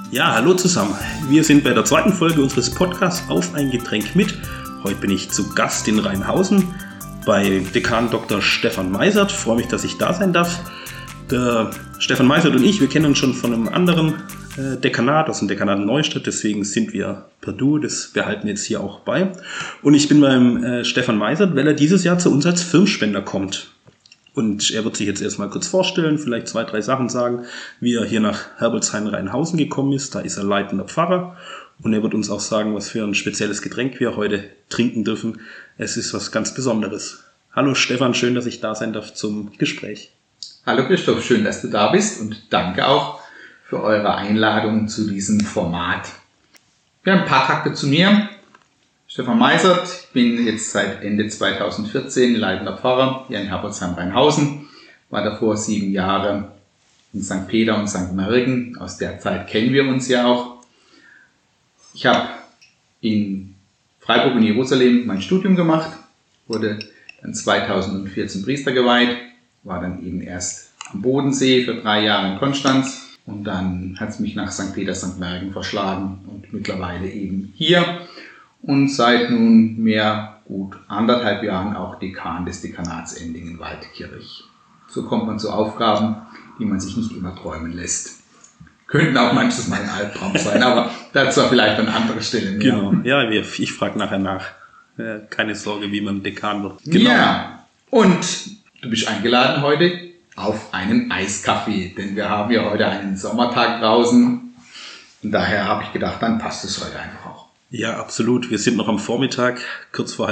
Ja, hallo zusammen. Wir sind bei der zweiten Folge unseres Podcasts Auf ein Getränk mit. Heute bin ich zu Gast in Rheinhausen bei Dekan Dr. Stefan Meisert. Ich freue mich, dass ich da sein darf. Der Stefan Meisert und ich, wir kennen uns schon von einem anderen Dekanat, aus dem Dekanat Neustadt. Deswegen sind wir per Du. Das behalten wir jetzt hier auch bei. Und ich bin beim Stefan Meisert, weil er dieses Jahr zu uns als Firmenspender kommt. Und er wird sich jetzt erstmal kurz vorstellen, vielleicht 2, 3 Sachen sagen, wie er hier nach Herbolzheim-Rheinhausen gekommen ist. Da ist er leitender Pfarrer. Und er wird uns auch sagen, was für ein spezielles Getränk wir heute trinken dürfen. Es ist was ganz Besonderes. Hallo Stefan, schön, dass ich da sein darf zum Gespräch. Hallo Christoph, schön, dass du da bist und danke auch für eure Einladung zu diesem Format. Ja, ein paar Takte zu mir. Stefan Meisert, ich bin jetzt seit Ende 2014 leitender Pfarrer hier in Herbolzheim-Rheinhausen, war davor 7 Jahre in St. Peter und St. Märgen. Aus der Zeit kennen wir uns ja auch. Ich habe in Freiburg und Jerusalem mein Studium gemacht, wurde dann 2014 Priester geweiht, war dann eben erst am Bodensee für 3 Jahre in Konstanz und dann hat es mich nach St. Peter, St. Märgen verschlagen und mittlerweile eben hier. Und seit nunmehr gut 1,5 Jahren auch Dekan des Dekanats Endingen-Waldkirch. So kommt man zu Aufgaben, die man sich nicht immer träumen lässt. Könnten auch manches Mal ein Albtraum sein, aber dazu vielleicht an anderer Stelle mehr. Genau, ja, ich frage nachher nach. Keine Sorge, wie man Dekan wird. Genau. Ja, und du bist eingeladen heute auf einen Eiskaffee, denn wir haben ja heute einen Sommertag draußen. Und daher habe ich gedacht, dann passt es heute einfach auch. Ja, absolut. Wir sind noch am Vormittag, kurz vor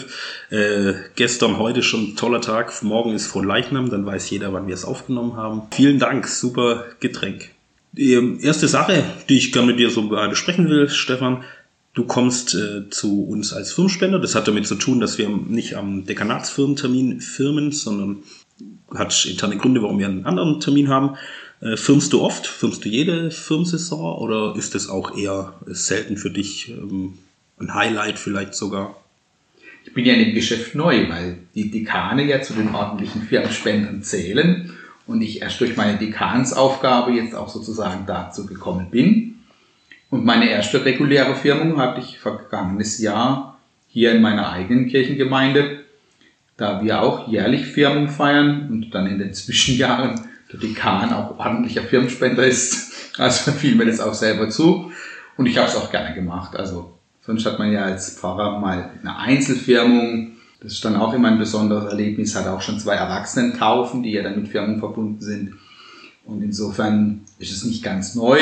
11:30. Gestern, heute schon ein toller Tag. Morgen ist Fronleichnam, dann weiß jeder, wann wir es aufgenommen haben. Vielen Dank, super Getränk. Die erste Sache, die ich gerne mit dir so besprechen will, Stefan, du kommst zu uns als Firmenspender. Das hat damit zu tun, dass wir nicht am Dekanatsfirmentermin firmen, sondern hat interne Gründe, warum wir einen anderen Termin haben. Firmst du oft? Firmst du jede Firmensaison oder ist das auch eher selten für dich ein Highlight vielleicht sogar? Ich bin ja in dem Geschäft neu, weil die Dekane ja zu den ordentlichen Firmenspendern zählen und ich erst durch meine Dekansaufgabe jetzt auch sozusagen dazu gekommen bin. Und meine erste reguläre Firmung hatte ich vergangenes Jahr hier in meiner eigenen Kirchengemeinde, da wir auch jährlich Firmung feiern und dann in den Zwischenjahren der Dekan auch ordentlicher Firmenspender ist. Also fiel mir das auch selber zu. Und ich habe es auch gerne gemacht. Also sonst hat man ja als Pfarrer mal eine Einzelfirmung. Das ist dann auch immer ein besonderes Erlebnis. Hat auch schon 2 Erwachsenentaufen, die ja dann mit Firmung verbunden sind. Und insofern ist es nicht ganz neu.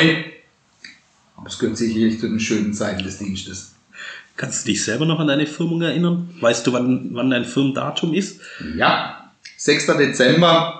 Aber es gehört sicherlich zu den schönen Zeiten des Dienstes. Kannst du dich selber noch an deine Firmung erinnern? Weißt du, wann dein Firmendatum ist? Ja, 6. Dezember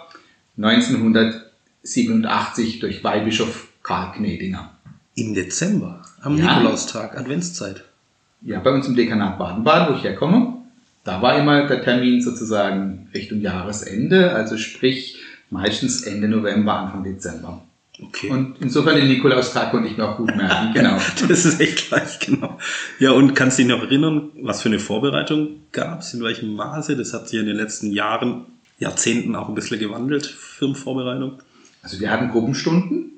1987 durch Weihbischof Karl Gnedinger. Im Dezember, am Nikolaustag, Adventszeit. Ja, bei uns im Dekanat Baden-Baden, wo ich herkomme, da war immer der Termin sozusagen Richtung Jahresende, also sprich meistens Ende November, Anfang Dezember. Okay. Und insofern den Nikolaustag konnte ich mir auch gut merken, genau. Das ist echt gleich, genau. Ja, und kannst du dich noch erinnern, was für eine Vorbereitung gab es, in welchem Maße? Das hat sich in den letzten Jahrzehnten auch ein bisschen gewandelt, Firmenvorbereitung. Also wir hatten Gruppenstunden,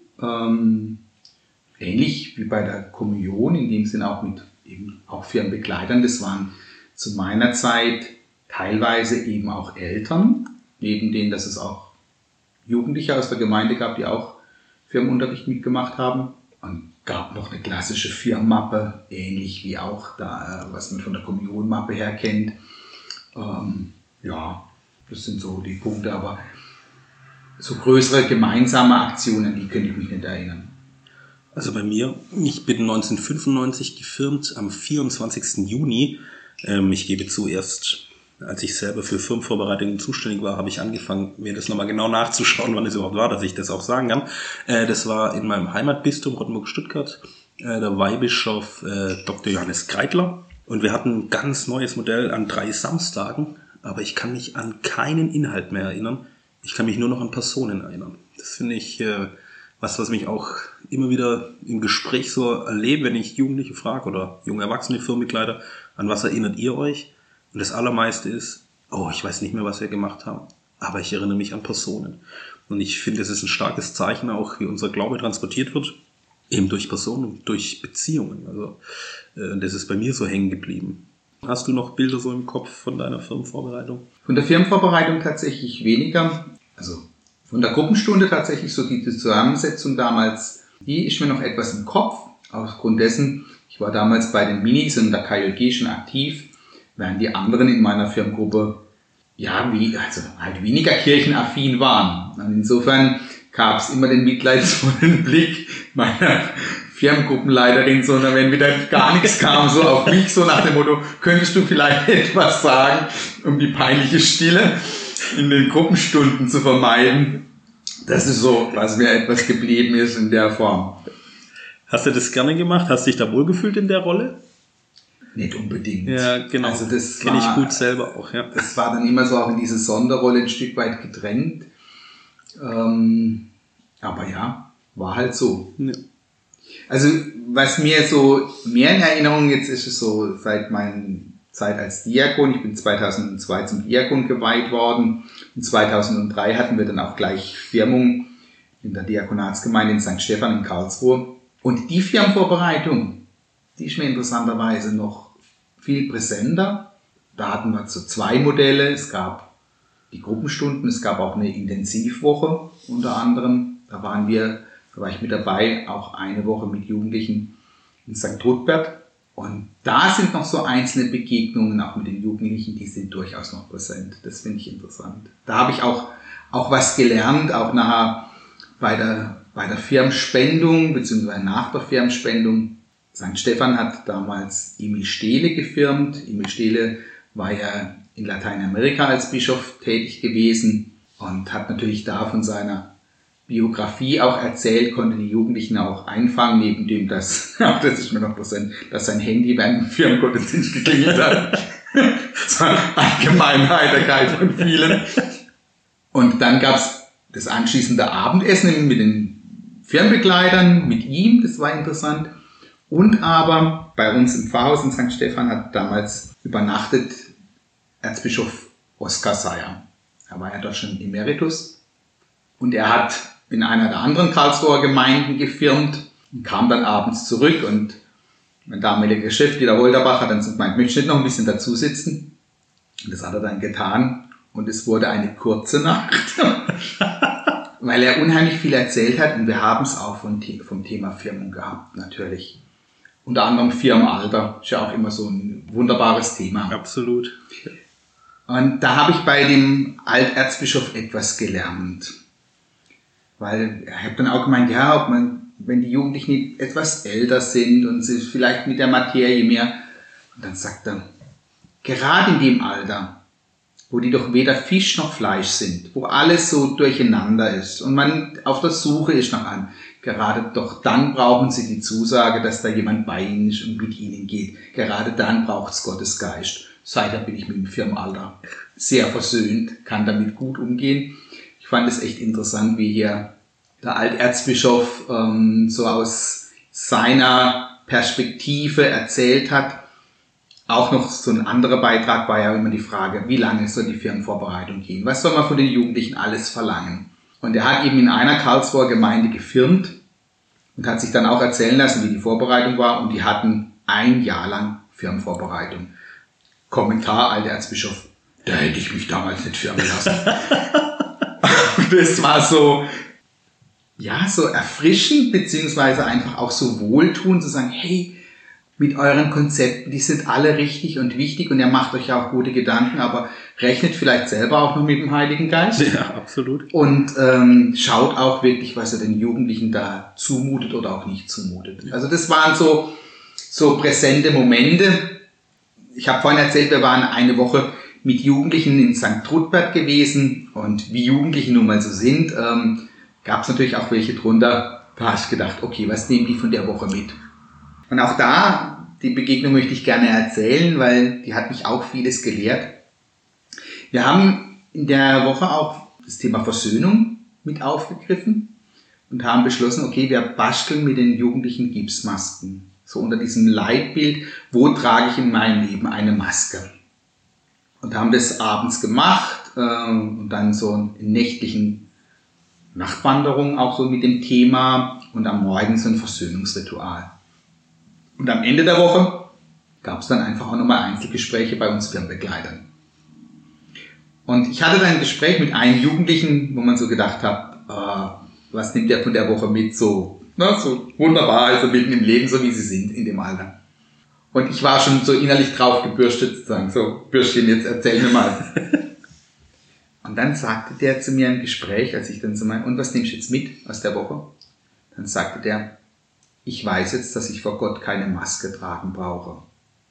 ähnlich wie bei der Kommunion, in dem Sinne auch mit eben auch Firmenbegleitern. Das waren zu meiner Zeit teilweise eben auch Eltern, neben denen, dass es auch Jugendliche aus der Gemeinde gab, die auch Firmenunterricht mitgemacht haben. Und gab noch eine klassische Firmenmappe, ähnlich wie auch da, was man von der Kommunionmappe her kennt. Ja, das sind so die Punkte, aber so größere gemeinsame Aktionen, die könnte ich mich nicht erinnern. Also bei mir, ich bin 1995 gefirmt, am 24. Juni. Ich gebe zu, erst als ich selber für Firmenvorbereitungen zuständig war, habe ich angefangen, mir das nochmal genau nachzuschauen, wann es überhaupt war, dass ich das auch sagen kann. Das war in meinem Heimatbistum Rottenburg-Stuttgart, der Weihbischof Dr. Johannes Kreitler. Und wir hatten ein ganz neues Modell an 3 Samstagen, aber ich kann mich an keinen Inhalt mehr erinnern. Ich kann mich nur noch an Personen erinnern. Das finde ich was mich auch immer wieder im Gespräch so erlebe, wenn ich Jugendliche frage oder junge Erwachsene Firmenmitglieder, an was erinnert ihr euch? Und das Allermeiste ist, ich weiß nicht mehr, was wir gemacht haben, aber ich erinnere mich an Personen. Und ich finde, es ist ein starkes Zeichen auch, wie unser Glaube transportiert wird. Eben durch Personen, durch Beziehungen. Also das ist bei mir so hängen geblieben. Hast du noch Bilder so im Kopf von deiner Firmenvorbereitung? Von der Firmenvorbereitung tatsächlich weniger. Also von der Gruppenstunde tatsächlich so die Zusammensetzung damals, die ist mir noch etwas im Kopf. Aufgrund dessen, ich war damals bei den Minis und der KJG schon aktiv, während die anderen in meiner Firmengruppe halt weniger kirchenaffin waren. Und insofern gab es immer den mitleidsvollen Blick meiner Firmengruppenleiterin, sondern wenn wieder gar nichts kam, so auf mich, so nach dem Motto, könntest du vielleicht etwas sagen, um die peinliche Stille in den Gruppenstunden zu vermeiden. Das ist so, was mir etwas geblieben ist in der Form. Hast du das gerne gemacht? Hast du dich da wohlgefühlt in der Rolle? Nicht unbedingt. Ja, genau. Also das kenne ich gut selber auch, ja. Das war dann immer so auch in diese Sonderrolle ein Stück weit gedrängt. Aber ja, war halt so. Ja. Also was mir so mehr in Erinnerung jetzt ist, es so seit meiner Zeit als Diakon. Ich bin 2002 zum Diakon geweiht worden. Und 2003 hatten wir dann auch gleich Firmung in der Diakonatsgemeinde in St. Stephan in Karlsruhe. Und die Firmenvorbereitung, die ist mir interessanterweise noch viel präsenter. Da hatten wir so 2 Modelle. Es gab die Gruppenstunden, es gab auch eine Intensivwoche unter anderem. Da war ich mit dabei, auch eine Woche mit Jugendlichen in St. Rudbert. Und da sind noch so einzelne Begegnungen auch mit den Jugendlichen, die sind durchaus noch präsent. Das finde ich interessant. Da habe ich auch was gelernt, auch nachher bei der Firmenspendung, beziehungsweise nach der Firmenspendung. St. Stephan hat damals Emil Stehle gefirmt. Emil Stehle war ja in Lateinamerika als Bischof tätig gewesen und hat natürlich da von seiner Biografie auch erzählt, konnte die Jugendlichen auch einfangen, neben dem, das ist mir noch präsent, dass sein Handy während dem Firmengottesdienst geklingelt hat. Das war allgemeine Heiterkeit von vielen. Und dann gab es das anschließende Abendessen mit den Firmenbegleitern, mit ihm, das war interessant. Und aber bei uns im Pfarrhaus in St. Stephan hat damals übernachtet Erzbischof Oskar Seyer. Er war ja dort schon Emeritus. Und er hat in einer der anderen Karlsruher Gemeinden gefirmt und kam dann abends zurück. Und mein damaliger Chef, Dieter Holderbach, hat dann gemeint, möchtest du nicht noch ein bisschen dazu sitzen? Und das hat er dann getan. Und es wurde eine kurze Nacht, weil er unheimlich viel erzählt hat. Und wir haben es auch vom Thema Firmung gehabt, natürlich. Unter anderem Firmenalter, ist ja auch immer so ein wunderbares Thema. Absolut. Und da habe ich bei dem Alterzbischof etwas gelernt. Weil er hat dann auch gemeint, ja, wenn die Jugendlichen nicht etwas älter sind und sie vielleicht mit der Materie mehr. Und dann sagt er, gerade in dem Alter, wo die doch weder Fisch noch Fleisch sind, wo alles so durcheinander ist und man auf der Suche ist nach einem, gerade doch dann brauchen sie die Zusage, dass da jemand bei ihnen ist und mit ihnen geht. Gerade dann braucht es Gottes Geist. Seither bin ich mit dem Firmenalter sehr versöhnt, kann damit gut umgehen. Ich fand es echt interessant, wie hier der Alterzbischof so aus seiner Perspektive erzählt hat. Auch noch so ein anderer Beitrag war ja immer die Frage, wie lange soll die Firmenvorbereitung gehen? Was soll man von den Jugendlichen alles verlangen? Und er hat eben in einer Karlsruher Gemeinde gefirmt und hat sich dann auch erzählen lassen, wie die Vorbereitung war. Und die hatten 1 Jahr lang Firmenvorbereitung. Kommentar, alter Erzbischof, da hätte ich mich damals nicht firmen lassen. Das war so erfrischend, beziehungsweise einfach auch so wohltuend, zu sagen, hey, mit euren Konzepten, die sind alle richtig und wichtig und ihr macht euch ja auch gute Gedanken, aber rechnet vielleicht selber auch noch mit dem Heiligen Geist. Ja, absolut. Und schaut auch wirklich, was ihr den Jugendlichen da zumutet oder auch nicht zumutet. Also das waren so präsente Momente. Ich habe vorhin erzählt, wir waren eine Woche mit Jugendlichen in St. Rudbert gewesen und wie Jugendliche nun mal so sind, gab es natürlich auch welche drunter. Da habe ich gedacht, okay, was nehmen die von der Woche mit? Und auch da, die Begegnung möchte ich gerne erzählen, weil die hat mich auch vieles gelehrt. Wir haben in der Woche auch das Thema Versöhnung mit aufgegriffen und haben beschlossen, okay, wir basteln mit den Jugendlichen Gipsmasken. So unter diesem Leitbild, wo trage ich in meinem Leben eine Maske? Und haben das abends gemacht und dann so einen nächtlichen Nachtwanderung auch so mit dem Thema und am Morgen so ein Versöhnungsritual. Und am Ende der Woche gab es dann einfach auch nochmal Einzelgespräche bei uns Firmenbegleitern. Und ich hatte dann ein Gespräch mit einem Jugendlichen, wo man so gedacht hat, was nimmt der von der Woche mit, so wunderbar, also mitten im Leben, so wie sie sind in dem Alter. Und ich war schon so innerlich drauf gebürstet, sozusagen, so, Bürschchen, jetzt erzähl mir mal. Und dann sagte der zu mir im Gespräch, als ich dann so meinte, und was nimmst du jetzt mit aus der Woche? Dann sagte der, ich weiß jetzt, dass ich vor Gott keine Maske tragen brauche.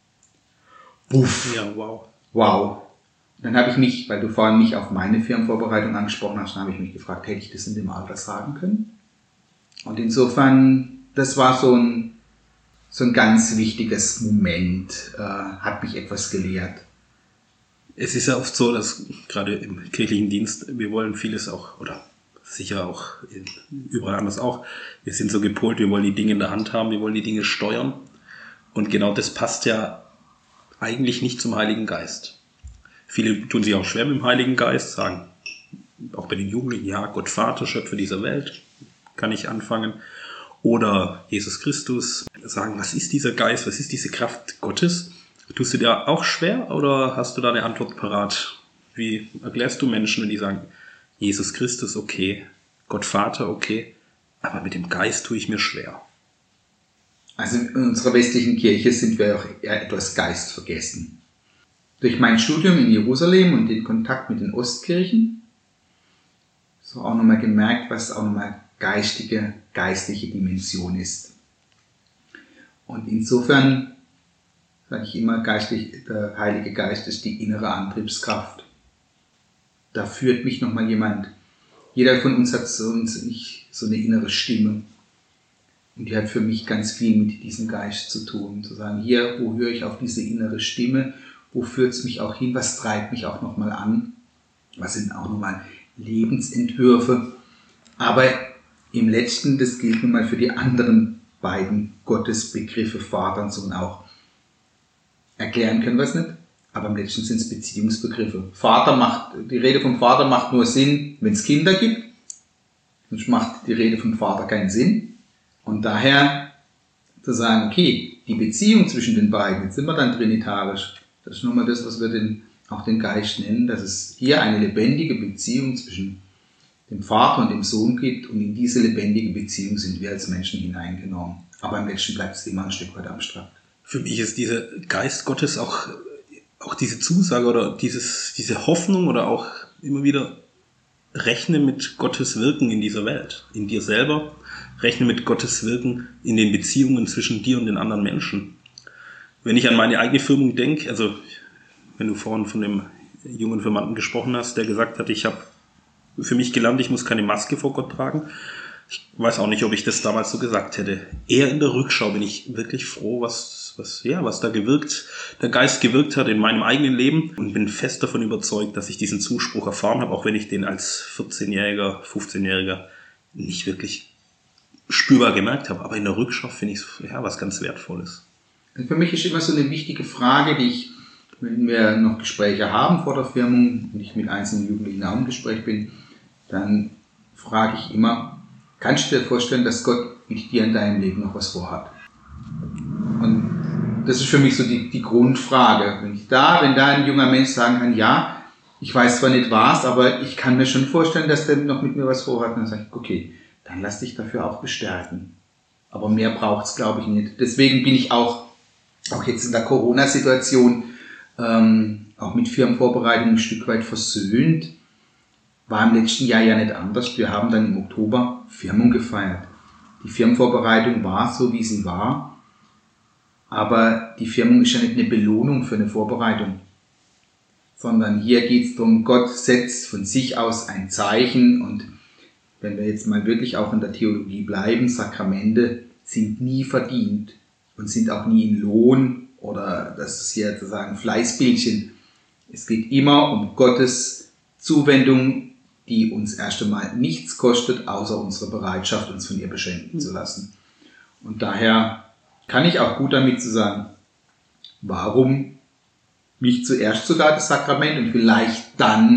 Puff. Ja, wow. Wow. Dann habe ich mich, weil du vorhin mich auf meine Firmenvorbereitung angesprochen hast, dann habe ich mich gefragt, hätte ich das in dem Alter sagen können? Und insofern, das war so ein ganz wichtiges Moment, hat mich etwas gelehrt. Es ist ja oft so, dass gerade im kirchlichen Dienst, wir wollen vieles auch, oder sicher auch überall anders auch, wir sind so gepolt, wir wollen die Dinge in der Hand haben, wir wollen die Dinge steuern. Und genau das passt ja eigentlich nicht zum Heiligen Geist. Viele tun sich auch schwer mit dem Heiligen Geist, sagen, auch bei den Jugendlichen, ja, Gott Vater, Schöpfer dieser Welt, kann ich anfangen. Oder Jesus Christus, sagen, was ist dieser Geist, was ist diese Kraft Gottes? Tust du dir auch schwer oder hast du da eine Antwort parat? Wie erklärst du Menschen, wenn die sagen, Jesus Christus, okay, Gott Vater, okay, aber mit dem Geist tue ich mir schwer? Also in unserer westlichen Kirche sind wir auch eher etwas geistvergessen. Durch mein Studium in Jerusalem und den Kontakt mit den Ostkirchen, so auch nochmal gemerkt, was auch nochmal geistliche Dimension ist. Und insofern sage ich immer, der Heilige Geist ist die innere Antriebskraft. Da führt mich nochmal jemand. Jeder von uns hat so eine innere Stimme. Und die hat für mich ganz viel mit diesem Geist zu tun. Zu sagen, hier, wo höre ich auf diese innere Stimme? Wo führt es mich auch hin? Was treibt mich auch nochmal an? Was sind auch nochmal Lebensentwürfe? Aber im Letzten, das gilt nun mal für die anderen beiden Gottesbegriffe, Vater und Sohn auch. Erklären können wir es nicht, aber im Letzten sind es Beziehungsbegriffe. Die Rede vom Vater macht nur Sinn, wenn es Kinder gibt. Sonst macht die Rede vom Vater keinen Sinn. Und daher zu sagen, okay, die Beziehung zwischen den beiden, jetzt sind wir dann trinitarisch, das ist nun mal das, was wir auch den Geist nennen, dass es hier eine lebendige Beziehung zwischen dem Vater und dem Sohn gibt und in diese lebendige Beziehung sind wir als Menschen hineingenommen. Aber im Letzten bleibt es immer ein Stück weit abstrakt. Für mich ist dieser Geist Gottes auch diese Zusage oder diese Hoffnung oder auch immer wieder rechne mit Gottes Wirken in dieser Welt, in dir selber, rechne mit Gottes Wirken in den Beziehungen zwischen dir und den anderen Menschen. Wenn ich an meine eigene Firmung denke, also wenn du vorhin von dem jungen Firmanten gesprochen hast, der gesagt hat, ich habe für mich gelernt, ich muss keine Maske vor Gott tragen. Ich weiß auch nicht, ob ich das damals so gesagt hätte. Eher in der Rückschau bin ich wirklich froh, was da der Geist gewirkt hat in meinem eigenen Leben und bin fest davon überzeugt, dass ich diesen Zuspruch erfahren habe, auch wenn ich den als 14-Jähriger, 15-Jähriger nicht wirklich spürbar gemerkt habe. Aber in der Rückschau finde ich es was ganz Wertvolles. Für mich ist immer so eine wichtige Frage, die ich, wenn wir noch Gespräche haben vor der Firmung und ich mit einzelnen Jugendlichen auch im Gespräch bin, dann frage ich immer, kannst du dir vorstellen, dass Gott mit dir in deinem Leben noch was vorhat? Und das ist für mich so die Grundfrage. Wenn da ein junger Mensch sagen kann, ja, ich weiß zwar nicht was, aber ich kann mir schon vorstellen, dass der noch mit mir was vorhat, dann sage ich, okay, dann lass dich dafür auch bestärken. Aber mehr braucht es, glaube ich, nicht. Deswegen bin ich auch jetzt in der Corona-Situation auch mit Firmenvorbereitung ein Stück weit versöhnt. War im letzten Jahr ja nicht anders. Wir haben dann im Oktober Firmung gefeiert. Die Firmenvorbereitung war so, wie sie war. Aber die Firmung ist ja nicht eine Belohnung für eine Vorbereitung. Sondern hier geht es darum, Gott setzt von sich aus ein Zeichen. Und wenn wir jetzt mal wirklich auch in der Theologie bleiben, Sakramente sind nie verdient und sind auch nie in Lohn oder das ist hier sozusagen Fleißbildchen. Es geht immer um Gottes Zuwendung, die uns erst einmal nichts kostet, außer unsere Bereitschaft, uns von ihr beschenken zu lassen. Und daher kann ich auch gut damit zu sagen, warum nicht zuerst sogar das Sakrament und vielleicht dann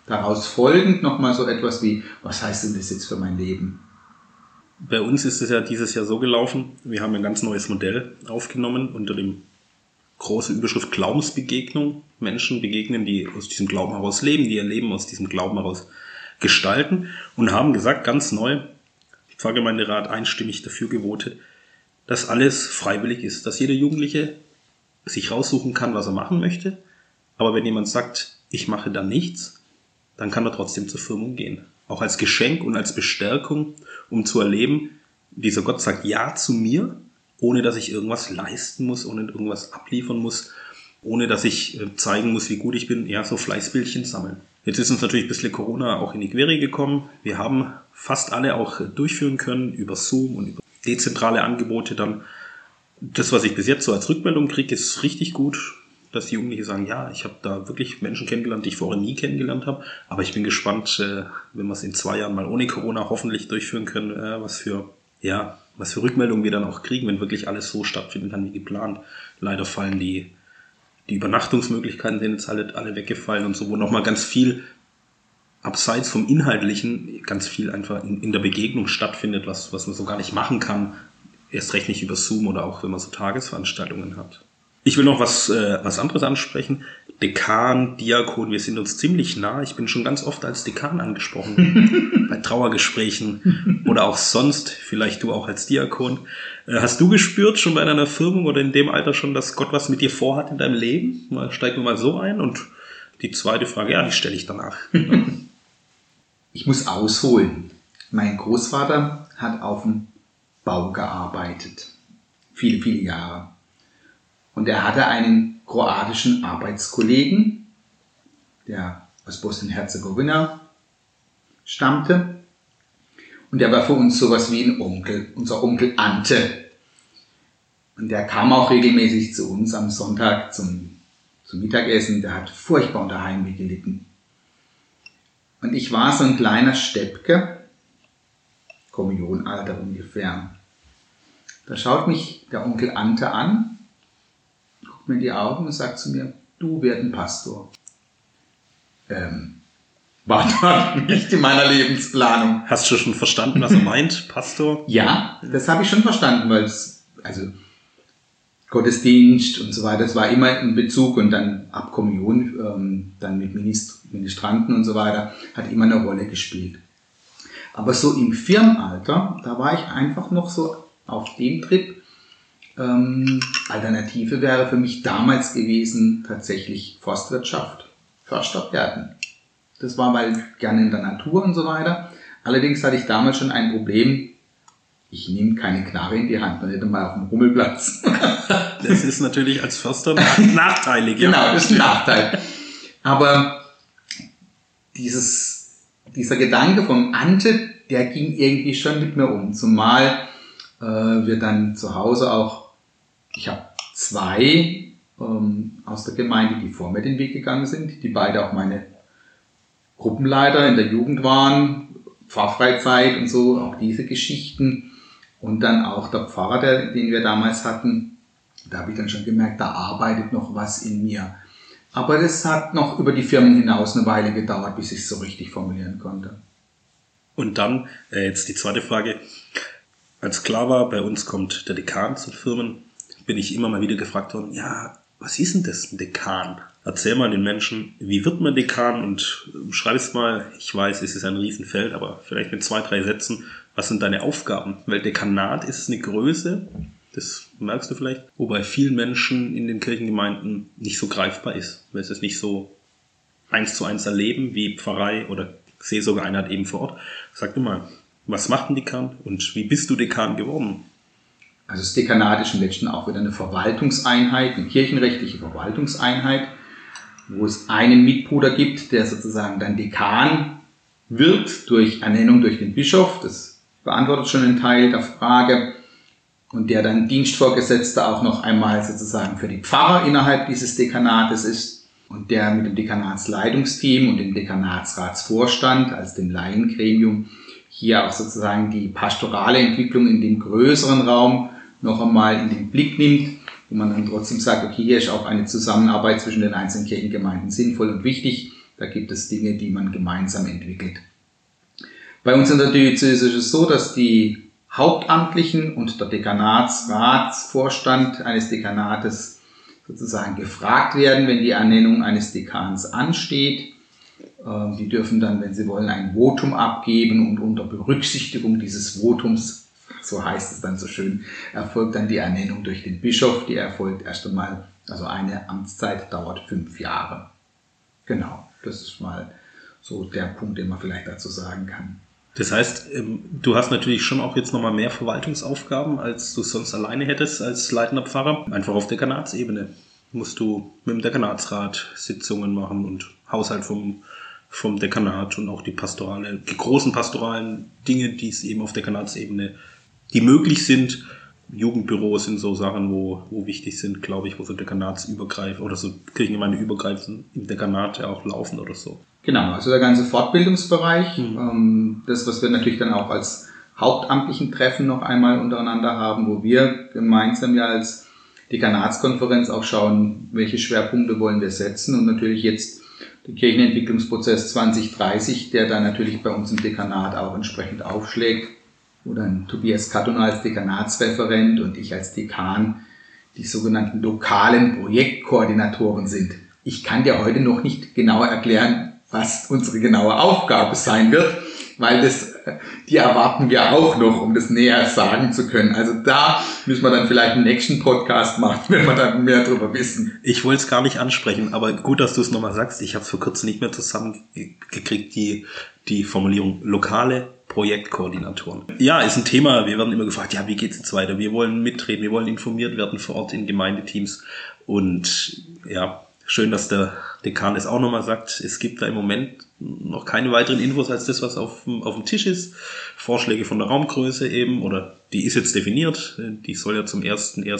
daraus folgend nochmal so etwas wie, was heißt denn das jetzt für mein Leben? Bei uns ist es ja dieses Jahr so gelaufen, wir haben ein ganz neues Modell aufgenommen unter dem großen Überschrift Glaubensbegegnung. Menschen begegnen, die aus diesem Glauben heraus leben, die ihr Leben aus diesem Glauben heraus gestalten und haben gesagt, ganz neu, Pfarrgemeinderat einstimmig dafür gewotet, dass alles freiwillig ist, dass jeder Jugendliche sich raussuchen kann, was er machen möchte, aber wenn jemand sagt, ich mache da nichts, dann kann er trotzdem zur Firmung gehen. Auch als Geschenk und als Bestärkung, um zu erleben, dieser Gott sagt Ja zu mir, ohne dass ich irgendwas leisten muss, ohne irgendwas abliefern muss, ohne dass ich zeigen muss, wie gut ich bin, ja, so Fleißbildchen sammeln. Jetzt ist uns natürlich ein bisschen Corona auch in die Quere gekommen. Wir haben fast alle auch durchführen können über Zoom und über dezentrale Angebote dann. Das, was ich bis jetzt so als Rückmeldung kriege, ist richtig gut, dass die Jugendlichen sagen, ja, ich habe da wirklich Menschen kennengelernt, die ich vorher nie kennengelernt habe. Aber ich bin gespannt, wenn wir es in 2 Jahren mal ohne Corona hoffentlich durchführen können, was für Rückmeldungen wir dann auch kriegen, wenn wirklich alles so stattfinden kann wie geplant. Leider fallen die Übernachtungsmöglichkeiten sind jetzt alle weggefallen und so, wo nochmal ganz viel abseits vom Inhaltlichen ganz viel einfach in der Begegnung stattfindet, was man so gar nicht machen kann. Erst recht nicht über Zoom oder auch wenn man so Tagesveranstaltungen hat. Ich will noch was anderes ansprechen. Dekan, Diakon, wir sind uns ziemlich nah. Ich bin schon ganz oft als Dekan angesprochen. Bei Trauergesprächen oder auch sonst. Vielleicht du auch als Diakon. Hast du gespürt schon bei deiner Firmung oder in dem Alter schon, dass Gott was mit dir vorhat in deinem Leben? Steigen wir mal so ein. Und die zweite Frage, ja, die stelle ich danach. Ich muss ausholen. Mein Großvater hat auf dem Bau gearbeitet. Viele, viele Jahre. Und er hatte einen kroatischen Arbeitskollegen, der aus Bosnien-Herzegowina stammte. Und der war für uns sowas wie ein Onkel, unser Onkel Ante. Und der kam auch regelmäßig zu uns am Sonntag zum Mittagessen. Der hat furchtbar unter Heimweh gelitten. Und ich war so ein kleiner Steppke, Kommunionalter ungefähr. Da schaut mich der Onkel Ante an, guckt mir in die Augen und sagt zu mir, du werd ein Pastor. War dort nicht in meiner Lebensplanung. Hast du schon verstanden, was er meint, Pastor? Ja, das habe ich schon verstanden, weil Gottesdienst und so weiter, das war immer in Bezug und dann ab Kommunion, dann mit Ministranten und so weiter, hat immer eine Rolle gespielt. Aber so im Firmenalter, da war ich einfach noch so auf dem Trip. Alternative wäre für mich damals gewesen tatsächlich Forstwirtschaft, Förster werden. Das war mal gerne in der Natur und so weiter. Allerdings hatte ich damals schon ein Problem. Ich nehme keine Knarre in die Hand, man hätte mal auf dem Rummelplatz. Das ist natürlich als Förster nachteilig. Genau, das ist ein Nachteil. Aber dieser Gedanke vom Ante, der ging irgendwie schon mit mir um. Zumal wir dann zu Hause auch, ich habe 2 aus der Gemeinde, die vor mir den Weg gegangen sind, die beide auch meine Gruppenleiter in der Jugend waren, Pfarrfreizeit und so, auch diese Geschichten. Und dann auch der Pfarrer, den wir damals hatten, da habe ich dann schon gemerkt, da arbeitet noch was in mir. Aber das hat noch über die Firmen hinaus eine Weile gedauert, bis ich es so richtig formulieren konnte. Und dann, jetzt die zweite Frage. Als klar war, bei uns kommt der Dekan zu Firmen, bin ich immer mal wieder gefragt worden, ja, was ist denn das, ein Dekan? Erzähl mal den Menschen, wie wird man Dekan und schreib es mal, ich weiß, es ist ein Riesenfeld, aber vielleicht mit 2, 3 Sätzen, was sind deine Aufgaben? Weil Dekanat ist eine Größe, das merkst du vielleicht, wo bei vielen Menschen in den Kirchengemeinden nicht so greifbar ist, weil sie es nicht so 1:1 erleben wie Pfarrei oder Seelsorgeeinheit eben vor Ort. Sag du mal, was macht ein Dekan und wie bist du Dekan geworden? Also das Dekanat ist im letzten auch wieder eine Verwaltungseinheit, eine kirchenrechtliche Verwaltungseinheit, wo es einen Mitbruder gibt, der sozusagen dann Dekan wird durch Ernennung durch den Bischof. Das beantwortet schon einen Teil der Frage. Und der dann Dienstvorgesetzter auch noch einmal sozusagen für die Pfarrer innerhalb dieses Dekanates ist. Und der mit dem Dekanatsleitungsteam und dem Dekanatsratsvorstand als dem Laiengremium hier auch sozusagen die pastorale Entwicklung in dem größeren Raum noch einmal in den Blick nimmt, wo man dann trotzdem sagt, okay, hier ist auch eine Zusammenarbeit zwischen den einzelnen Kirchengemeinden sinnvoll und wichtig, Da gibt es Dinge, die man gemeinsam entwickelt. Bei uns in der Diözese ist es so, dass die Hauptamtlichen und der Dekanatsratsvorstand eines Dekanates sozusagen gefragt werden, wenn die Ernennung eines Dekans ansteht. Die dürfen dann, wenn sie wollen, ein Votum abgeben und unter Berücksichtigung dieses Votums, so heißt es dann so schön, erfolgt dann die Ernennung durch den Bischof. Die erfolgt erst einmal, also eine Amtszeit dauert 5 Jahre. Genau, das ist mal so der Punkt, den man vielleicht dazu sagen kann. Das heißt, du hast natürlich schon auch jetzt nochmal mehr Verwaltungsaufgaben, als du sonst alleine hättest als leitender Pfarrer. Einfach auf Dekanatsebene musst du mit dem Dekanatsrat Sitzungen machen und Haushalt vom Dekanat und auch die großen pastoralen Dinge, die es eben auf Dekanatsebene, die möglich sind. Jugendbüros sind so Sachen, wo wichtig sind, glaube ich, wo so dekanatsübergreifend oder so kirchengemeindeübergreifend im Dekanat ja auch laufen oder so. Genau, also der ganze Fortbildungsbereich, das, was wir natürlich dann auch als hauptamtlichen Treffen noch einmal untereinander haben, wo wir gemeinsam ja als Dekanatskonferenz auch schauen, welche Schwerpunkte wollen wir setzen und natürlich jetzt der Kirchenentwicklungsprozess 2030, der dann natürlich bei uns im Dekanat auch entsprechend aufschlägt, wo dann Tobias Kattoner als Dekanatsreferent und ich als Dekan die sogenannten lokalen Projektkoordinatoren sind. Ich kann dir heute noch nicht genauer erklären, was unsere genaue Aufgabe sein wird, weil die erwarten wir auch noch, um das näher sagen zu können. Also da müssen wir dann vielleicht einen nächsten Podcast machen, wenn wir dann mehr darüber wissen. Ich wollte es gar nicht ansprechen, aber gut, dass du es nochmal sagst. Ich habe es vor kurzem nicht mehr zusammengekriegt, die Formulierung lokale Projektkoordinatoren. Ja, ist ein Thema. Wir werden immer gefragt, ja, wie geht's jetzt weiter? Wir wollen mitreden, wir wollen informiert werden vor Ort in Gemeindeteams. Und ja, schön, dass der Dekan es auch nochmal sagt, es gibt da im Moment noch keine weiteren Infos als das, was auf dem Tisch ist. Vorschläge von der Raumgröße eben, oder die ist jetzt definiert. Die soll ja zum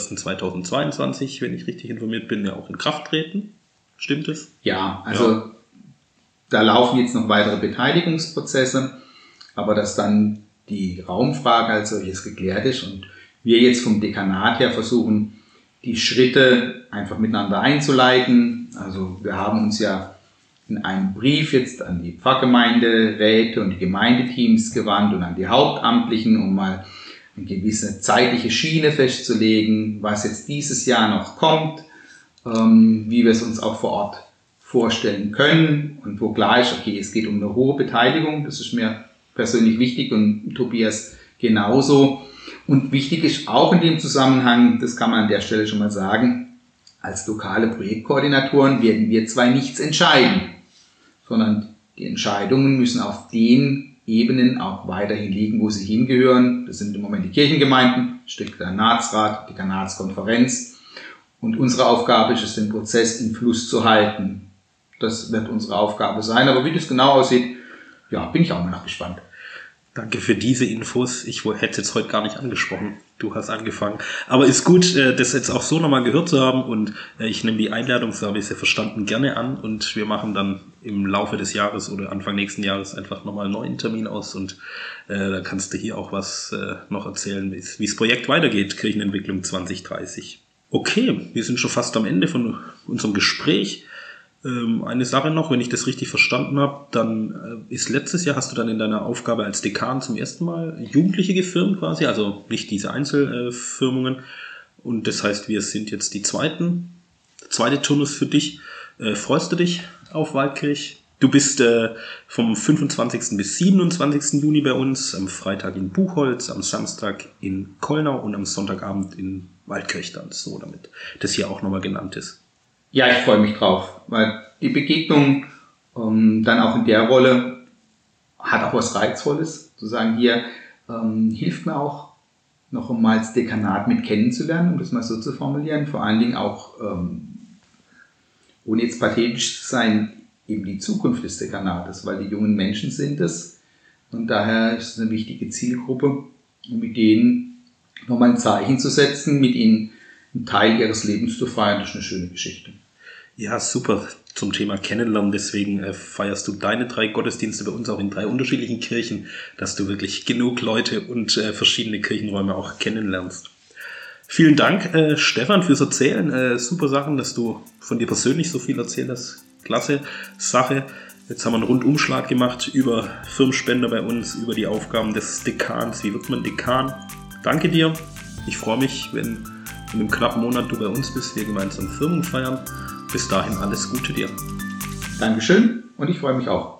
01.01.2022, wenn ich richtig informiert bin, ja auch in Kraft treten. Stimmt es? Ja, also da laufen jetzt noch weitere Beteiligungsprozesse, aber dass dann die Raumfrage als solches geklärt ist und wir jetzt vom Dekanat her versuchen, die Schritte einfach miteinander einzuleiten. Also wir haben uns ja in einem Brief jetzt an die Pfarrgemeinderäte und die Gemeindeteams gewandt und an die Hauptamtlichen, um mal eine gewisse zeitliche Schiene festzulegen, was jetzt dieses Jahr noch kommt, wie wir es uns auch vor Ort vorstellen können und wo klar ist, okay, es geht um eine hohe Beteiligung, das ist mir persönlich wichtig und Tobias genauso. Und wichtig ist auch in dem Zusammenhang, das kann man an der Stelle schon mal sagen, als lokale Projektkoordinatoren werden wir zwar nichts entscheiden, sondern die Entscheidungen müssen auf den Ebenen auch weiterhin liegen, wo sie hingehören. Das sind im Moment die Kirchengemeinden, das ist der Dekanatsrat, die Dekanatskonferenz. Und unsere Aufgabe ist es, den Prozess im Fluss zu halten. Das wird unsere Aufgabe sein. Aber wie das genau aussieht, ja, bin ich auch mal noch gespannt. Danke für diese Infos. Ich hätte es jetzt heute gar nicht angesprochen. Du hast angefangen. Aber ist gut, das jetzt auch so nochmal gehört zu haben. Und ich nehme die Einladung, so habe ich es ja verstanden, gerne an. Und wir machen dann im Laufe des Jahres oder Anfang nächsten Jahres einfach nochmal einen neuen Termin aus. Und da kannst du hier auch was noch erzählen, wie das Projekt weitergeht, Kirchenentwicklung 2030. Okay, wir sind schon fast am Ende von unserem Gespräch. Eine Sache noch, wenn ich das richtig verstanden habe, dann ist letztes Jahr, hast du dann in deiner Aufgabe als Dekan zum ersten Mal Jugendliche gefirmt quasi, also nicht diese Einzelfirmungen. Und das heißt, wir sind jetzt der zweite Turnus für dich. Freust du dich auf Waldkirch? Du bist vom 25. bis 27. Juni bei uns, am Freitag in Buchholz, am Samstag in Kollnau und am Sonntagabend in Waldkirch dann, so damit das hier auch nochmal genannt ist. Ja, ich freue mich drauf, weil die Begegnung dann auch in der Rolle hat auch was Reizvolles, zu sagen, hier hilft mir auch noch einmal das Dekanat mit kennenzulernen, um das mal so zu formulieren, vor allen Dingen auch, ohne jetzt pathetisch zu sein, eben die Zukunft des Dekanates, weil die jungen Menschen sind es und daher ist es eine wichtige Zielgruppe, um mit denen nochmal ein Zeichen zu setzen, mit ihnen einen Teil ihres Lebens zu feiern, das ist eine schöne Geschichte. Ja, super zum Thema Kennenlernen. Deswegen feierst du deine 3 Gottesdienste bei uns auch in 3 unterschiedlichen Kirchen, dass du wirklich genug Leute und verschiedene Kirchenräume auch kennenlernst. Vielen Dank, Stefan, fürs Erzählen. Super Sachen, dass du von dir persönlich so viel erzählt hast. klasse Sache. Jetzt haben wir einen Rundumschlag gemacht über Firmenspender bei uns, über die Aufgaben des Dekans. Wie wird man Dekan? Danke dir. Ich freue mich, wenn in einem knappen Monat du bei uns bist, wir gemeinsam Firmen feiern. Bis dahin alles Gute dir. Dankeschön und ich freue mich auch.